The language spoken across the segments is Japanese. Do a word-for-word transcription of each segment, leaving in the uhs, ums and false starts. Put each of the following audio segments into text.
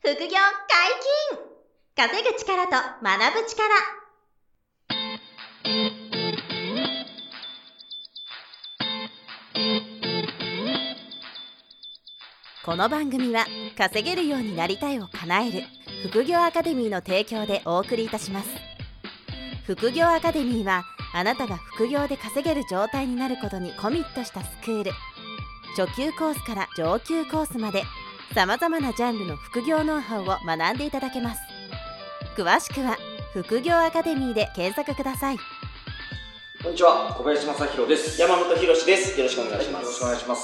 副業解禁！稼ぐ力と学ぶ力。この番組は稼げるようになりたいを叶える副業アカデミーの提供でお送りいたします。副業アカデミーはあなたが副業で稼げる状態になることにコミットしたスクール。初級コースから上級コースまでさまざまなジャンルの副業ノウハウを学んでいただけます。詳しくは副業アカデミーで検索ください。 こんにちは、小林正弘です。 山本博史です。よろしくお願いします。 よろしくお願いします。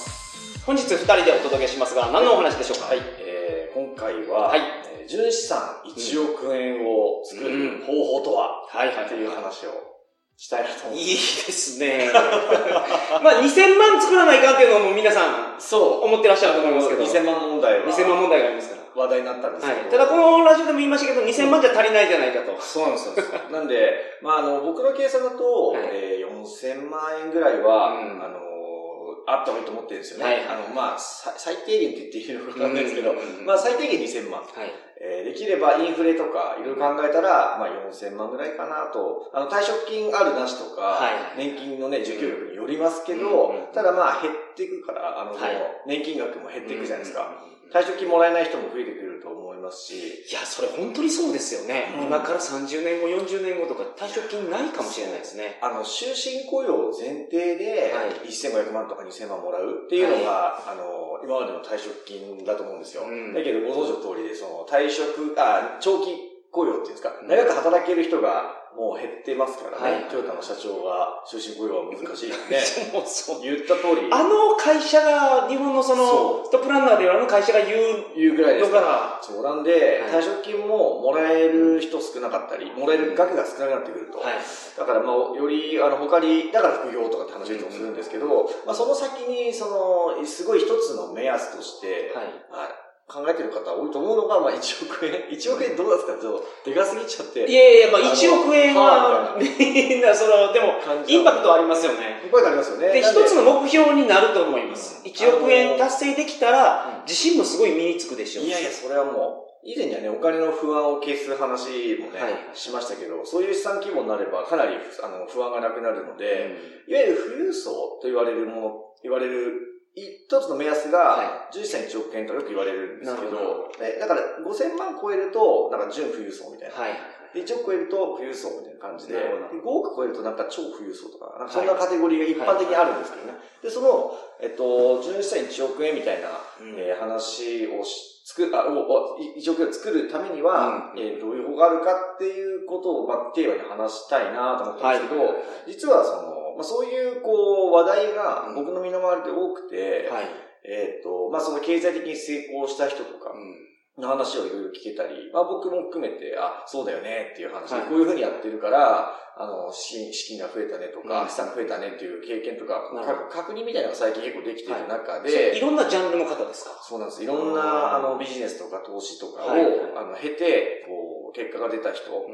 本日ふたりでお届けしますが、何のお話でしょうか？ はい、えー、今回は、はい、えー、純資産いちおくえんを作る方法とは、うん、はいはい、という話をしたいなと思います。 いいですね。まあにせんまん作らないかっていうのも皆さんそう思ってらっしゃると思いますけど、 にせんまん問題はにせんまん問題がありますから話題になったんですけど、 はい、ただこのラジオでも言いましたけどにせんまんじゃ足りないじゃないかと。 そうなんですよ。なんで、まああの僕の計算だと、はい、えー、よんせんまんえんぐらいは、うん、あのあった方がいいと思ってるんですよね。はい、あのまあ最低限って言っていいのかわかんないですけど、まあ最低限にせんまん。はい、えー、できればインフレとかいろいろ考えたら、まあよんせんまんぐらいかなと。あの退職金あるなしとか、はい、年金のね、受給力によりますけど、うん、ただまあ減っていくから、あの、はい、年金額も減っていくじゃないですか。うん、退職金もらえない人も増えてくると思いますし。 いや、それ本当にそうですよね。うん、今からさんじゅうねんご、よんじゅうねんごとか退職金ないかもしれないですね。 あの、終身雇用前提で、せんごひゃくまんとかにせんまんもらうっていうのが、はい、あの、今までの退職金だと思うんですよ。うん、だけど、ご存知の通りで、その、退職、あ、長期雇用っていうんですか、長く働ける人がもう減ってますからね。はい、トヨタの社長が終身雇用は難しいってね。 もうそう言った通り。 あの会社が、日本のその、トップランナーであの会社が言う、 言うぐらいですから。 そうなんで、はい、退職金ももらえる人少なかったり、もらえる額が少なくなってくると。はい、だからまあ、より、あの、他に、だから副業とかって話をいつもするんですけど、うん、まあその先に、その、すごい一つの目安として、はい、まあ考えてる方多いと思うのが、まあいちおくえん。いちおくえんどうですか？ちょっと、でかすぎちゃって。 いやいや、まあいちおくえんは、みんなその、でも、インパクトありますよね。 インパクトありますよね。 で、一つの目標になると思います。いちおくえん達成できたら、自信もすごい身につくでしょう。 いやいや、それはもう、以前にはね、お金の不安を消す話もね、はい、しましたけど、そういう資産規模になれば、かなり、あの、不安がなくなるので、うん、いわゆる富裕層と言われるもの、言われる、一つの目安が、じゅっさいいちおくえんとよく言われるんですけど、はい、だからごせんまん超えると、なんか準富裕層みたいな。はい、でいちおく超えると富裕層みたいな感じで、でごおく超えるとなんか超富裕層とか、なんかそんなカテゴリーが一般的にあるんですけどね。で、その、えっと、じゅっさいいちおくえんみたいな、うんえー、話をし、作る、あ、いちおくえんを作るためには、うん、えー、どういう方があるかっていうことを、まあ、テーマに話したいなと思ったんですけど、はい、実はその、まあ、そういう、こう、話題が僕の身の回りで多くて、うんはい、えっと、まあ、その経済的に成功した人とかの話をいろいろ聞けたり、まあ、僕も含めて、あ、そうだよねっていう話で、こういうふうにやってるから、あの、資金が増えたねとか、資産が増えたねっていう経験とか、確認みたいなのが最近結構できてる中で、 はい、いろんなジャンルの方ですか？ そうなんです。いろんな、あの、ビジネスとか投資とかを、はい、あの、経て、こう、結果が出た人を、うん、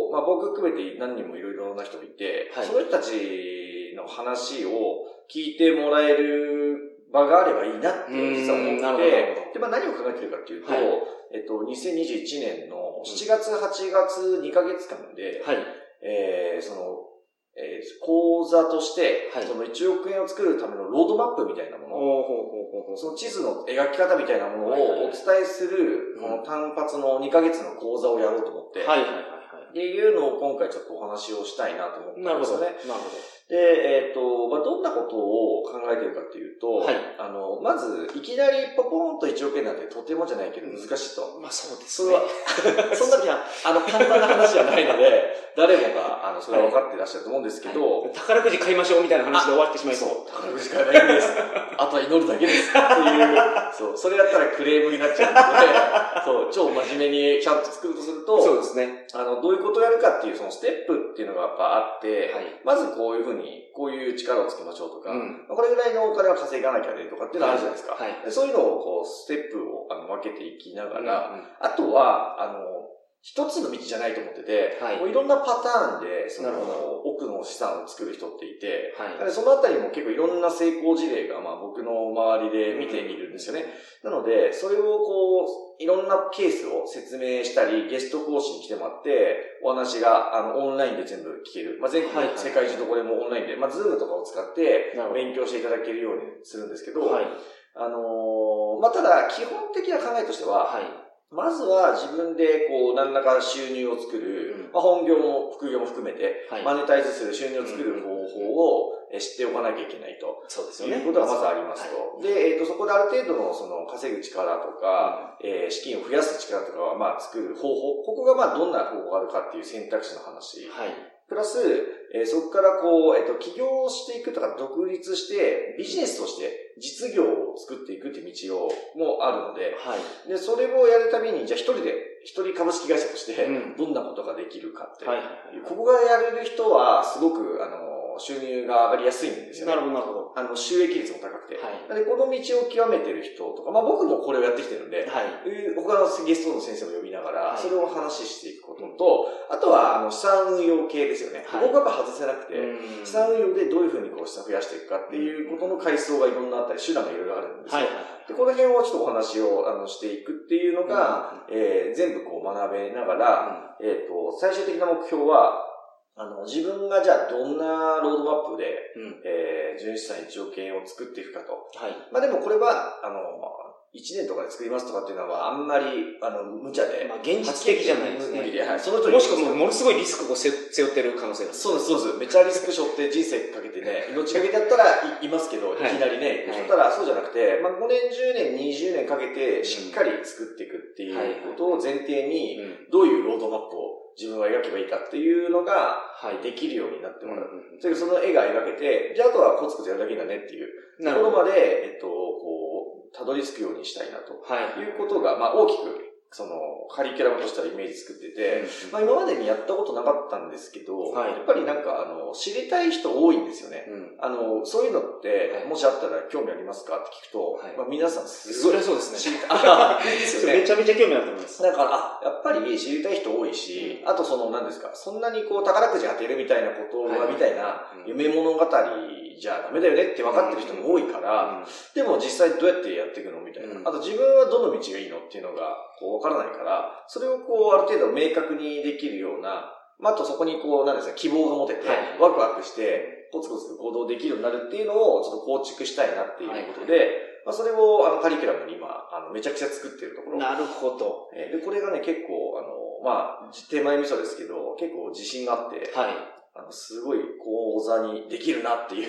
まあ、僕含めて何人もいろいろな人がいて、はい、その人たちの話を聞いてもらえる場があればいいなって実は思って、で、まあ何を考えてるかっていうと、はい、えっと、にせんにじゅういちねんのしちがつ、はちがつにかげつかんで、はい、えー、その、えー、講座として、はい、そのいちおくえんを作るためのロードマップみたいなもの、その地図の描き方みたいなものをお伝えする、この単発のにかげつの講座をやろうと思って、はいはいはい、っていうのを今回ちょっとお話をしたいなと思ってますよね。なるほど。なるほど。で、えっと、まあ、どんなことを考えてるかっていうと、はい、あの、まず、いきなりポポーンといちおくえんなんてとてもじゃないけど難しいと。 まあそうですね。 それは、そんなには、あの、簡単な話じゃないので、誰もが、あの、それは分かっていらっしゃると思うんですけど、 はい、宝くじ買いましょうみたいな話で終わってしまいそう。 そう、宝くじ買えばいいんです。あとは祈るだけです。っていう、そう、それやったらクレームになっちゃうので、そう、超真面目にちゃんと作るとすると、 そうですね。 あの、どういうことをやるかっていう、そのステップっていうのがやっぱあって、はい、まずこういうふうに、こういう力をつけましょうとか、うん、これぐらいのお金は稼がなきゃねとかっていうのがあるじゃないですか。はいはい、そういうのをこう、ステップをあの分けていきながら、うんうん、あとは、あの、 一つの道じゃないと思ってて、はい、もういろんなパターンで、その、奥の資産を作る人っていて、はい、そのあたりも結構いろんな成功事例が、まあ僕の周りで見ているんですよね。うん、なので、それをこう、いろんなケースを説明したり、ゲスト講師に来てもらって、お話が、あの、オンラインで全部聞ける。まあ全国、はいはい、世界中どこでもオンラインで、まあズームとかを使って勉強していただけるようにするんですけど、はい、あのー、まあただ、基本的な考えとしては、はい、まずは自分でこう何らか収入を作る、うん、まあ、本業も副業も含めて、はい、マネタイズする収入を作る方法を知っておかなきゃいけないと。そうですよね。いうことがまずありますと。はい、で、えっと、そこである程度のその稼ぐ力とか、うん、えー、資金を増やす力とかはまあ作る方法。ここがまあどんな方法があるかっていう選択肢の話。はい。プラス、えー、そこからこう、えっと、起業していくとか独立して、ビジネスとして実業を作っていくっていう道をもあるので、はい。で、それをやるために、じゃあ一人で、一人株式会社として、どんなことができるかって、うん、はい。ここがやれる人は、すごく、あの、収入が上がりやすいんですよね。なるほど、なるほど。あの、収益率も高くて。はい。で、この道を極めてる人とか、まあ僕もこれをやってきてるんで、はい。他のゲストの先生も呼びながら、はい、それを話していくことと、あとは、あの、資産運用系ですよね。はい。ここがやっぱ外せなくて、資産運用でどういうふうにこう資産増やしていくかっていうことの階層がいろんなあったり、手段がいろいろあるんですよ。はい。で、この辺をちょっとお話を、あの、していくっていうのが、うん、えー、全部こう学べながら、うん、えっと、最終的な目標は、あの、自分がじゃあどんなロードマップで、うん、えー、純資産いちおくえんを作っていくかと。はい。まあでもこれは、あの、いちねんとかで作りますとかっていうのはあんまり、あの、無茶で。まあ現実的じゃないですね。無理で。はい。そのもしくはものすごいリスクを背負ってる可能性がある。そうです、そうです。めっちゃリスク背負って人生かけてね、命かけてやったら い, いますけど、いきなりね。はい、そしたらそうじゃなくて、まあごねん、じゅうねん、にじゅうねんかけてしっかり作っていくっていうことを前提に、どういうロードマップを自分は描けばいいかっていうのが、できるようになってもらう。うんうん、それその絵が描けて、じゃああとはコツコツやるだけだねっていうところまで、えっと、こう、たどり着くようにしたいなと。はい。いうことが、まあ大きく、その、カリキュラムとしてはイメージ作ってて、うん、まあ今までにやったことなかったんですけど、はい、やっぱりなんかあの、知りたい人多いんですよね。うん、あの、そういうのって、はい、もしあったら興味ありますかって聞くと、はい、まあ皆さんすごい。それはそうですね。あいいですよね。めちゃめちゃ興味あると思います。だから、あ、やっぱり知りたい人多いし、うん、あとその何ですか、そんなにこう宝くじ当てるみたいなことは、はい、みたいな夢物語じゃダメだよねって分かってる人も多いから、うん、でも実際どうやってやっていくのみたいな。うん、あと自分はどの道がいいのっていうのが、こう分からないから、それをこうある程度明確にできるような、まあ、あとそこにこう、なんですか、希望が持てて、はい、ワクワクして、コツコツ行動できるようになるっていうのをちょっと構築したいなっていうことで、はい、まあ、それをあのカリキュラムに今、あの、めちゃくちゃ作ってるところ。なるほど。えー、で、これがね、結構、あの、まあ、手前味噌ですけど、結構自信があって、はい。あの、すごい講座にできるなっていう、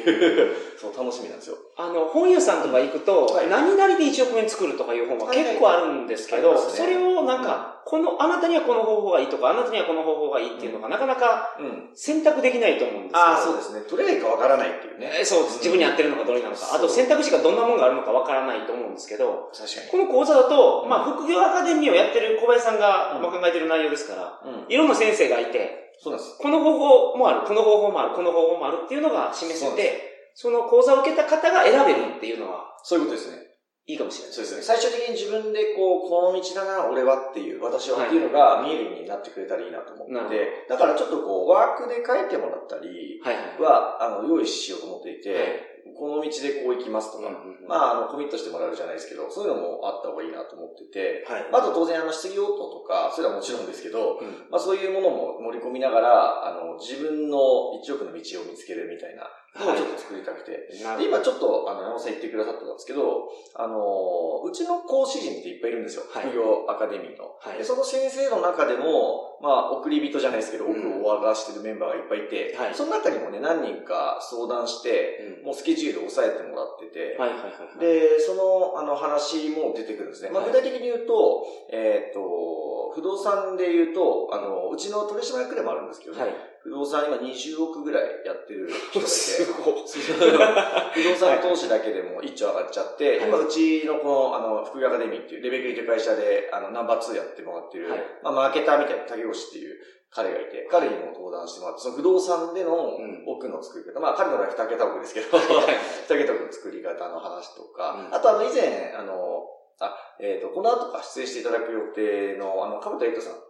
そう楽しみなんですよ。あの、本屋さんとか行くと、はい、何々でいちおくえん作るとかいう本は結構あるんですけど、はいはいね、それをなんか、うん、この、あなたにはこの方法がいいとか、あなたにはこの方法がいいっていうのが、うん、なかなか選択できないと思うんですけど。ああ、そうですね。どれがいいかわからないっていうね。えー、そうです。自分に合ってるのかどれなのか。あと選択肢がどんなものがあるのかわからないと思うんですけど、確かに。この講座だと、うん、まあ、副業アカデミーをやってる小林さんが、まあ、考えてる内容ですから、うん、いろんな先生がいて、そうなんです。この方法もある、この方法もある、この方法もあるっていうのが示せて、その講座を受けた方が選べるっていうのは、そういうことですね。いいかもしれない。そうですね。最終的に自分でこう、この道だな、俺はっていう、私はっていうのが見えるようになってくれたらいいなと思って、はい、だからちょっとこう、ワークで書いてもらったりは、はいはい、あの、用意しようと思っていて、はい、この道でこう行きますとか、うんうんうん、まあ、あの、コミットしてもらうじゃないですけど、そういうのもあった方がいいなと思ってて、はい、あと当然、あの、質疑応答とか、それはもちろんですけど、うん、まあ、そういうものも盛り込みながら、あの、自分の一億の道を見つけるみたいなのをちょっと作りたくて、はい、で今ちょっと、あの、山本さん言ってくださったんですけど、あの、うちの講師陣っていっぱいいるんですよ。はい、副業アカデミーの、はい、で。その先生の中でも、まあ、送り人じゃないですけど、奥をおわしてるメンバーがいっぱいいて、はい、その中にもね、何人か相談して、うん、もうスケジュールを抑えてもらってて、はいはいはいはい、で、その、あの、話も出てくるんですね。まあ、具体的に言うと、えっと、不動産で言うと、あの、うちの取締役でもあるんですけどね、はい、不動産今にじゅうおくぐらいやってる人がいて、すごい。不動産投資だけでも一丁上がっちゃって、はい、今うちのこの、あの、副業アカデミーっていうレベルという会社で、あの、ナンバーツーやってもらってる、はい、まあ、マーケターみたいな竹越っていう彼がいて、彼にも登壇してもらって、その不動産での奥の作り方、うん、まあ、彼の場合二桁億ですけど、二桁億の作り方の話とか、うん、あとあの、以前、あの、あ、えっと、この後か出演していただく予定の、あの、かぶとエイトさん。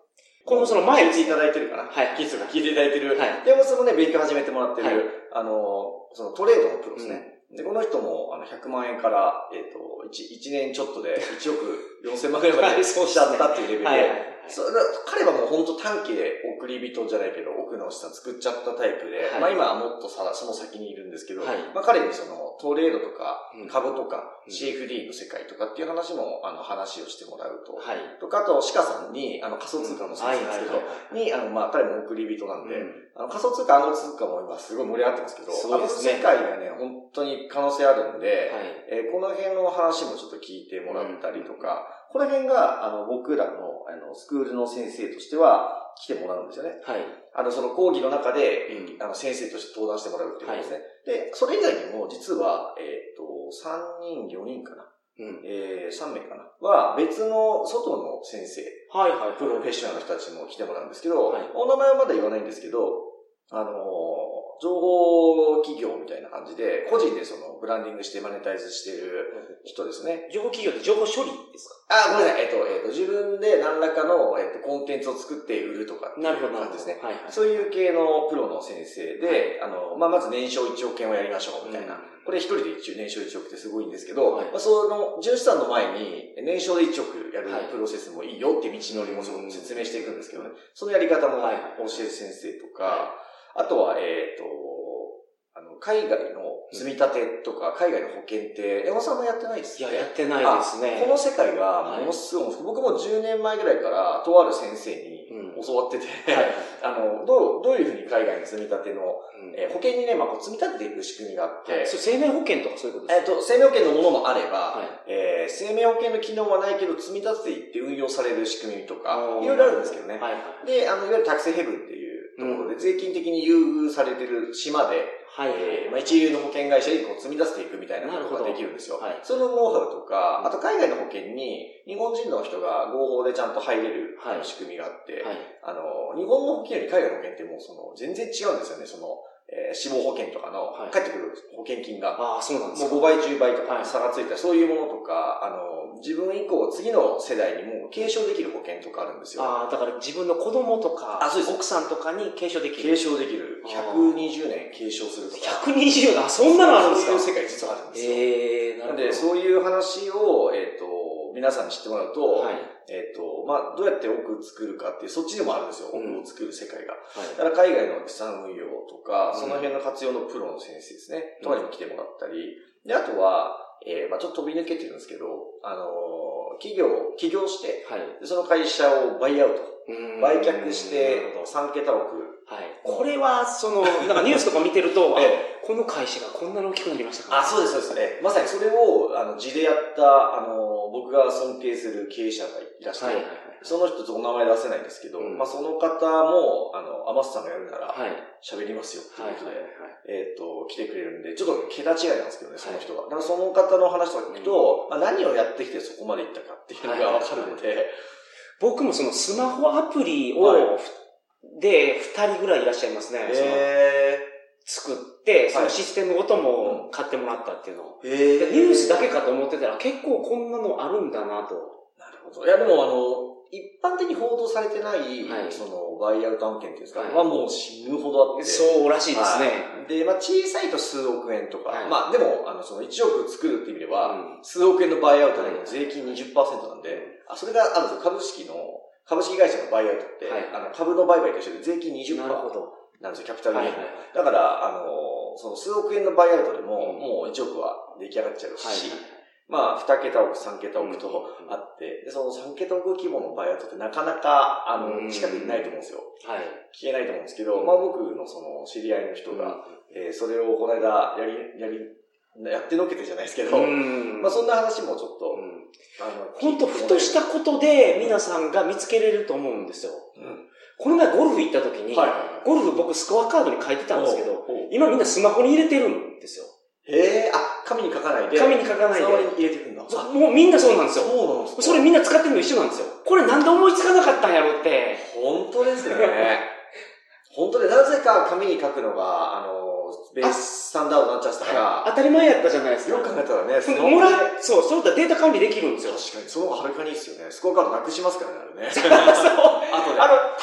このその前聞いていただいてるかな。 はい。 キスが聞いていただいてる。 はい。 山本さんもね、勉強始めてもらってる、はい、あの、そのトレードのプロですね。うん、で、この人も、あの、ひゃくまんえんから、えっ、ー、と、いちねんちょっとでいちおくよんせんまんぐらいまでそうしちゃったっていうレベルで、はいはいはい、それ彼はもう本当短期で送り人じゃないけど、奥の資産作っちゃったタイプで、はい、まあ今はもっとさその先にいるんですけど、はい、まあ彼にそのトレードとか株とか シーエフディー の世界とかっていう話もあの話をしてもらうと、はい、とかあと鹿さんにあの仮想通貨の先生ですけど、にあのまあ彼も送り人なんで、うん、あの仮想通貨あの通貨も今すごい盛り上がってますけど、すごいですね、あの世界がね本当に可能性あるんで、はいえー、この辺の話もちょっと聞いてもらったりとか、うん、この辺があの僕らのあのスクールの先生としては来てもらうんですよね。はい。あのその講義の中で、うん、あの先生として登壇してもらうっていうことですね。はい、で、それ以外にも実はえっ、ー、とさんにんよにんかな。うんえー、さんめいかな。は、別の外の先生。はいはい。プロフェッショナルの人たちも来てもらうんですけど、はい、お名前はまだ言わないんですけど、あのー、情報企業みたいな感じで、個人でそのブランディングしてマネタイズしてる人ですね。 情報企業って情報処理ですか？ あ、ごめんなさい。えっと、えっと、自分で何らかの、えっと、コンテンツを作って売るとかっていう感じですね。はいはい、そういう系のプロの先生で、はい、あの、まあ、まず年商いちおくえんをやりましょうみたいな。うん、これ一人で一応年商いちおくってすごいんですけど、はい、まあ、その、純資産の前に年商でいちおくやるプロセスもいいよっていう道のりもすごく説明していくんですけどね。そのやり方も教える先生とか、はい、あとは、えっと、あの、海外の積み立てとか、海外の保険って、山本さんもやってないですね。いや、やってないですね。 この世界がものすごい、はい、僕もじゅうねんまえぐらいから、とある先生に教わってて、うんはい、あの、どう、どういうふうに海外の積み立ての、うんえー、保険にね、まあ、こう積み立てていく仕組みがあって、はい、 そう生命保険とかそういうことですか？ えっと、生命保険のものもあれば、はいえー、生命保険の機能はないけど、積み立てていって運用される仕組みとか、いろいろあるんですけどね。はいはい、で、あの、いわゆるタックスヘブンっていうところで、税金的に優遇されてる島で、はいえーまあ、一流の保険会社にこう積み出していくみたいなことができるんですよ。はい、そのノウハウとか、あと海外の保険に日本人の人が合法でちゃんと入れる仕組みがあって、はいはい、あの、日本の保険より海外の保険ってもうその全然違うんですよね。その、えー、死亡保険とかの返ってくる保険金が。 ああ、そうなんですか。 もうごばい、じゅうばいとか差がついた、そういうものとか、あの、自分以降、次の世代にも継承できる保険とかあるんですよ。 ああ、だから自分の子供とか、あ、そうです。奥さんとかに継承できる。 継承できる。ひゃくにじゅうねん継承するとか。 ひゃくにじゅうねん、あ、そんなのあるんですか？ そういう世界実はあるんですよ。 ええー、なるほど。 で、そういう話を、えっと、皆さんに知ってもらうと、はい、えっと、まあ、どうやって億作るかっていう、そっちでもあるんですよ。億を作る世界が。はい、だから海外の資産運用とか、その辺の活用のプロの先生ですね。とかにも来てもらったり。で、あとは、えー、まあちょっと飛び抜けてるんですけど、あのー、企業、起業して、はい、でその会社をバイアウト。売却して、さんけたおく。 はい。これは、その、なんかニュースとか見てると、ええ、この会社がこんなに大きくなりましたか？ あ、そうです、そうですね。まさにそれを、あの、地でやった、あの、僕が尊敬する経営者がいらして、はいはいはい、その人とお名前出せないんですけど、うん、まあその方も、あの、アマスさんがやるなら、喋りますよっていうことで、はいはいはい、えっと、来てくれるんで、ちょっと桁違いなんですけどね、その人が。はい、だからその方の話とか聞くと、うんまあ、何をやってきてそこまで行ったかっていうのがわかるので、はいはいはい、 僕もそのスマホアプリを、はい、で、二人ぐらいいらっしゃいますね。 へー。 作って、そのシステムごとも買ってもらったっていうのを。へー。ニュースだけかと思ってたら結構こんなのあるんだなと。 なるほど。いやでもあの、一般的に報道されてない、はい、その、バイアウト案件っていうんですか、はい、はもう死ぬほどあって。 そうらしいですね。 はい、で、まあ小さいと数億円とか、はい、まあでも、あの、そのいちおく作るっていう意味では、うん、数億円のバイアウトでも税金 にじゅっパーセント なんで、あ、それがあるんですよ。株式の、株式会社のバイアウトって、はい、あの株の売買と一緒で税金 にじゅっパーセント なんですよ、キャピタルゲイン、はいはいはい。だから、あの、その数億円のバイアウトでも、うん、もういちおくは出来上がっちゃうし、はいはい、まあ、にけたおく、さんけたおくとあって、で、そのさんけたおく規模のバイアウトってなかなか、あの、近くにないと思うんですよ。はい。消えないと思うんですけど、まあ僕のその知り合いの人が、えー、それをこの間やり、やり、やってのけてじゃないですけど、まあそんな話もちょっと、うんあの、本当ふとしたことで皆さんが見つけれると思うんですよ。うん、この前ゴルフ行った時に、はいはいはい、ゴルフ僕スコアカードに書いてたんですけど、今みんなスマホに入れてるんですよ。 へえ、あ、紙に書かないで。 紙に書かないで。 スマホに入れてくんだ。 もうみんなそうなんですよ。 そうなんですか。 それみんな使ってるの一緒なんですよ。これなんで思いつかなかったんやろって。 本当ですね。本当で、なぜか紙に書くのが、あの、ベーススタンダードになっちゃったから、 当たり前やったじゃないですか。 よく考えたらね、 そのもらそう、そういったデータ管理できるんですよ。 確かに、その方がはるかにいいですよね。スコアカードなくしますからね、あれね。 そう。あとで。あの、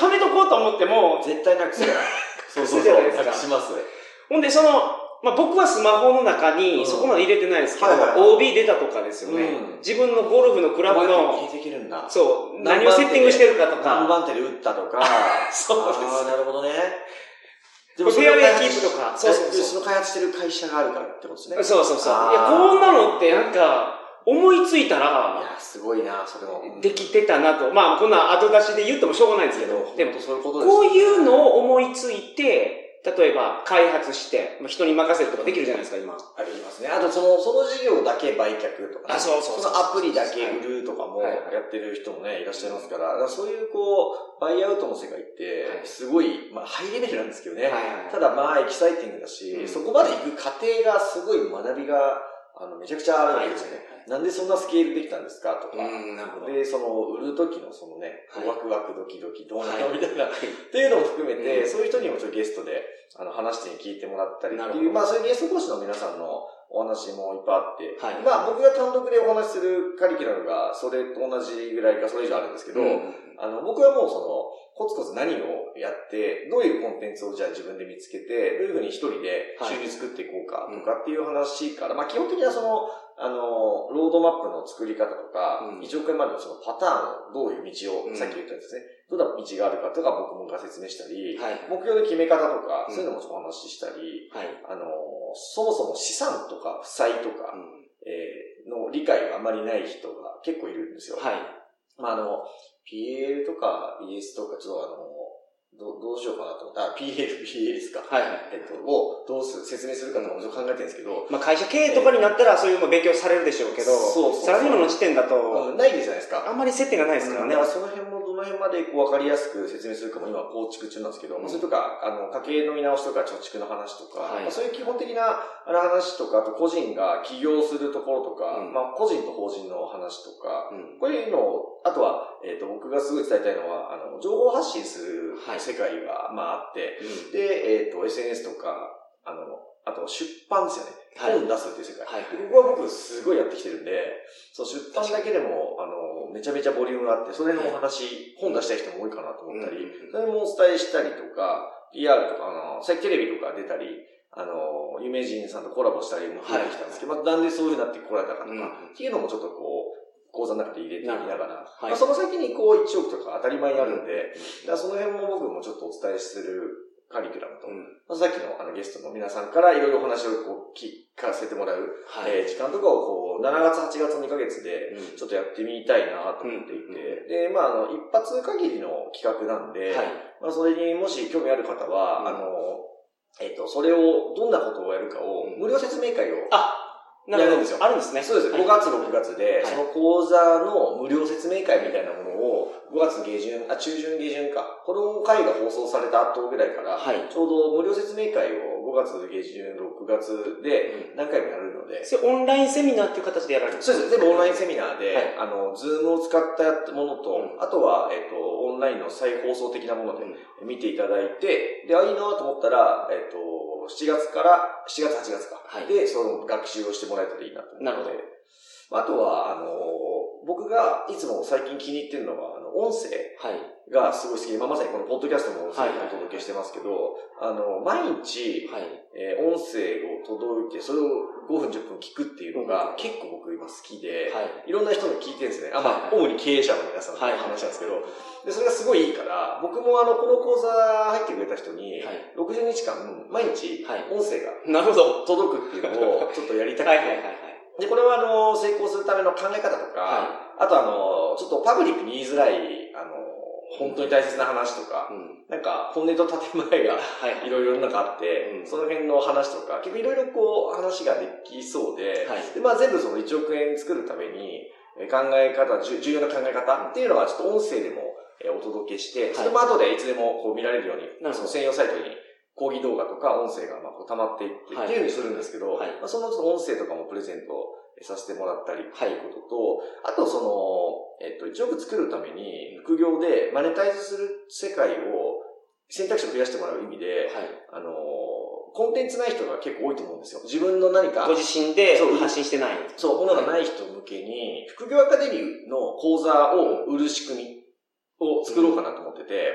はめとこうと思っても、 絶対なくすから。 そうそうそう。なくします。 ほんで、その、まあ、僕はスマホの中にそこまで入れてないですけど、うんはいはいはい、オービー 出たとかですよね、うん。自分のゴルフのクラブの、 入れていけるんだ。 そう、何をセッティングしてるかとか。 何番手で打ったとか。 そうです。 ああ、なるほどね。 でもフェアウェイキープとか。 そうそうそう。その開発してる会社があるからってことですね。 そうそうそう。いや、こんなのってなんか、思いついたら、 いや、すごいな、それも。 できてたなと。まあ、こんな後出しで言ってもしょうがないですけど、 でも、そういうことですね。 こういうのを思いついて、例えば、開発して、人に任せるとかできるじゃないですか、今。 ありますね。あと、その、その事業だけ売却とか、ね。 あ、そうそうそう。 そのアプリだけ売るとかも、やってる人もね、いらっしゃいますから、だからそういう、こう、バイアウトの世界って、すごい、まあ、ハイレベルなんですけどね。はいはいはい、ただ、まあ、エキサイティングだし、うん、そこまで行く過程がすごい学びが、あの、めちゃくちゃあるわけですよね。はいはいはい、なんでそんなスケールできたんですかとか。 うんなるほどで、その、売る時のそのね、はい、ワクワクドキドキどうなのみたいな、はい、っていうのも含めて、うん、そういう人にもちょっとゲストで、あの、話して聞いてもらったりっていう、まあそういうゲスト講師の皆さんのお話もいっぱいあって、はい、まあ僕が単独でお話しするカリキュラムがそれと同じぐらいかそれ以上あるんですけど、うん、あの、僕はもうその、コツコツ何をやって、どういうコンテンツをじゃあ自分で見つけて、どういうふうに一人で収入作っていこうかとかっていう話から、はい、まあ基本的にはその、あの、ロードマップの作り方とか、うん、いちおくえんまでのそのパターンをどういう道を、うん、さっき言ったんですね。どんな道があるかとか僕もが説明したり、はい、目標の決め方とか、そういうのもちょっとお話ししたり、はい、あの、そもそも資産とか負債とか、うん、えー、の理解があまりない人が結構いるんですよ。はい、まああの、ピーエル とか イーエス とかちょっとあの、ど, どうしようかなと思ったら、ピーエル、ピーエー ですか。はいはい。えっと、をどうす説明するかとかもちょっと考えてるんですけど。 まあ会社経営とかになったらそういうの勉強されるでしょうけど、そうそうそうサラリーマンの時点だと、 うん、ないじゃないですか。 あんまり接点がないですからね。 だからその辺もどの辺までこう分かりやすく説明するかも今構築中なんですけど、うん、それとか、あの、家計の見直しとか貯蓄の話とか、はい、まあ、そういう基本的な話とか、あと個人が起業するところとか、うん、まあ個人と法人の話とか、うん、こういうのを、あとは、えっと、僕がすごい伝えたいのは、あの、情報発信する世界が、はい、まああって、うん、で、えっと、エスエヌエス とか、あの、あと出版ですよね。はい、本出すっていう世界。はい、ここは僕すごいやってきてるんで、そう出版だけでも、あの、めちゃめちゃボリュームがあって、それのお話、はい、本出したい人も多いかなと思ったり、うん、それもお伝えしたりとか、ピーアール とか、あの、最近テレビとか出たり、あの、有名人さんとコラボしたりも増えてきたんですけど、はい、まあ、なんでそういう風になってこられたかとか、うん、っていうのもちょっとこう、講座の中で入れてみながら、はい、まあ、その先にこういちおくとか当たり前にあるんで、うん、だからその辺も僕もちょっとお伝えするカリキュラムと、うんまあ、さっきのあのゲストの皆さんからいろいろお話をこう聞かせてもらう、はいえー、時間とかをこうしちがつはちがつのにかげつでちょっとやってみたいなと思っていて、うん、で、まああの一発限りの企画なんで、はいまあ、それにもし興味ある方は、うん、あの、えっと、それをどんなことをやるかを無料説明会を、あやるんですよ。 あるんですね。 そうです。ごがつ、ろくがつで、その講座の無料説明会みたいなものを、ごがつ下旬、あ、中旬下旬か。この回が放送された後ぐらいから、はい、ちょうど無料説明会をごがつ下旬、ろくがつで何回もやるので。 それオンラインセミナーっていう形でやられるんですか？ そうです。全部オンラインセミナーで、はい、あの、ズームを使ったものと、うん、あとは、えっと、オンラインの再放送的なもので見ていただいて、で、あ、いいなと思ったら、えっと、しちがつから、しちがつ、はちがつか。はい、で、その学習をしてもらえたらいいなと思って。なるほど。あとは、あの、僕がいつも最近気に入ってるのは、あの、音声がすごい好きで、まあ、まさにこのポッドキャストも音声でお届けしてますけど、はいはいはい、あの、毎日、はいえー、音声を届いて、それをごふんじゅっぷん聞くっていうのが、結構僕今好きで、はい、いろんな人の聞いてるんですね。あ、まあ、主に経営者の皆さんの話なんですけど、はいはい、で、それがすごいいいから、僕もあの、この講座入ってくれた人に、ろくじゅうにちかん、毎日、音声が、なるほど、届くっていうのを、ちょっとやりたくて、はいはいはいはいで、これはあの、成功するための考え方とか、はい、あとあの、ちょっとパブリックに言いづらい、あの、本当に大切な話とか、うん、なんか本音と建前がいろいろなんかあって、はい、その辺の話とか、結構いろいろこう話ができそうで、はい、で、まあ全部そのいちおくえん作るために考え方、重要な考え方っていうのはちょっと音声でもお届けして、それも後でいつでもこう見られるように、その専用サイトに講義動画とか音声がまあこう溜まっていってっていうふうにするんですけど、はいまあ、その音声とかもプレゼントさせてもらったりっていうことと、はい、あとその、えっと、いちおく作るために副業でマネタイズする世界を選択肢を増やしてもらう意味で、はい、あの、コンテンツない人が結構多いと思うんですよ。自分の何か。 ご自身で発信してない。 そう、ものがない人向けに、副業アカデミーの講座を売る仕組みを作ろうかなと思ってて、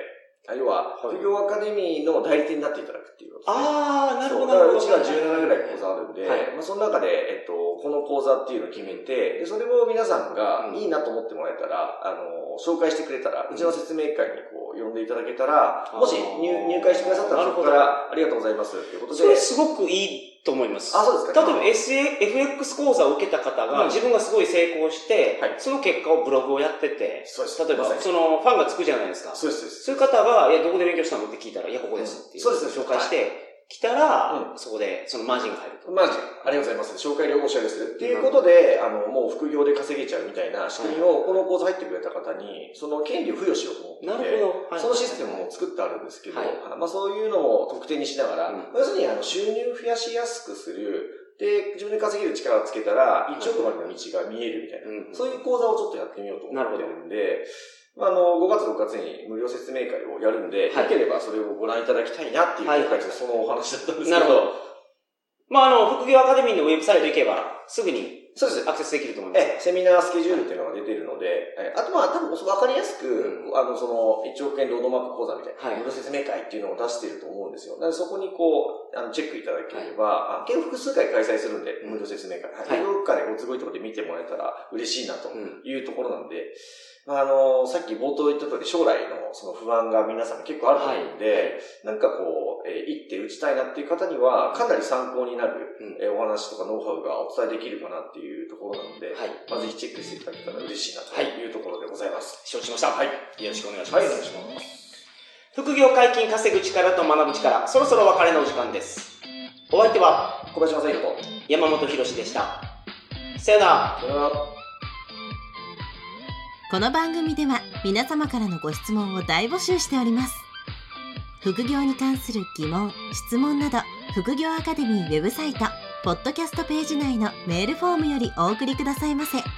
要は、副業アカデミーの代理店になっていただくっていうことですね。 ああ、なるほど。 だからうちがじゅうななぐらい講座あるんで、 はい、 まあ、その中で、えっと、この講座っていうのを決めて、でそれを皆さんがいいなと思ってもらえたら、あの、紹介してくれたら、うちの説明会にこう、呼んでいただけたら、もし 入, 入会してくださったら、そこからありがとうございますっていうことで。 それすごくいいと思います。 あ、そうですか。 例えば エスエフエックス 講座を受けた方が、自分がすごい成功して、はい、その結果をブログをやってて、そうです。例えば、その、ファンがつくじゃないですか。 そうです。 そういう方が、いや、どこで勉強したのって聞いたら、いや、ここですっていう。 そうです。 紹介して、来たら、うん、そこで、そのマージンが入ると。 マージン、ありがとうございます。紹介料をお支払いするっていうことで、うん、あの、もう副業で稼げちゃうみたいな仕組みを、この講座入ってくれた方に、その権利を付与しようと思って、 なるほど。 はい、そのシステムも作ってあるんですけど、はい、まあそういうのを特定にしながら、うん、要するにあの収入を増やしやすくする、で、自分で稼げる力をつけたら、いちおくまでの道が見えるみたいな、うん、そういう講座をちょっとやってみようと思ってるんで、あの、ごがつろくがつに無料説明会をやるんで、はい、よければそれをご覧いただきたいなっていう、はい、今回そのお話だったんですけど。 なるほど。まあ、あの、副業アカデミーのウェブサイト行けば、すぐに、そうです。アクセスできると思います。 え、セミナースケジュールっていうのが出てるので、はい、あとは多分わかりやすく、うん、あの、その、いちおくえんロードマップ講座みたいな、はい、無料説明会っていうのを出していると思うんですよ。なのでそこにこう、あの、チェックいただければ、はい、あ、複数回開催するんで、無料説明会。はい。どっかでご都合いいところで見てもらえたら嬉しいなというところなんで、うんまあ、あの、さっき冒頭言った通り将来のその不安が皆さん結構あると思うんで、はい、なんかこう、えー、一手打ちたいなっていう方にはかなり参考になる、うんえー、お話とかノウハウがお伝えできるかなっていうところなので、はい、まあ、ぜひチェックしていただけたら嬉しいなというところでございます。 承知しました。 はい。 よろしくお願いします。 はい、お願いします。 副業解禁稼ぐ力と学ぶ力、そろそろお別れのお時間です。お相手は小林正宏と山本博史でした。さよなら。 さよなら。 この番組では皆様からのご質問を大募集しております。副業に関する疑問、質問など、副業アカデミーウェブサイト、ポッドキャストページ内のメールフォームよりお送りくださいませ。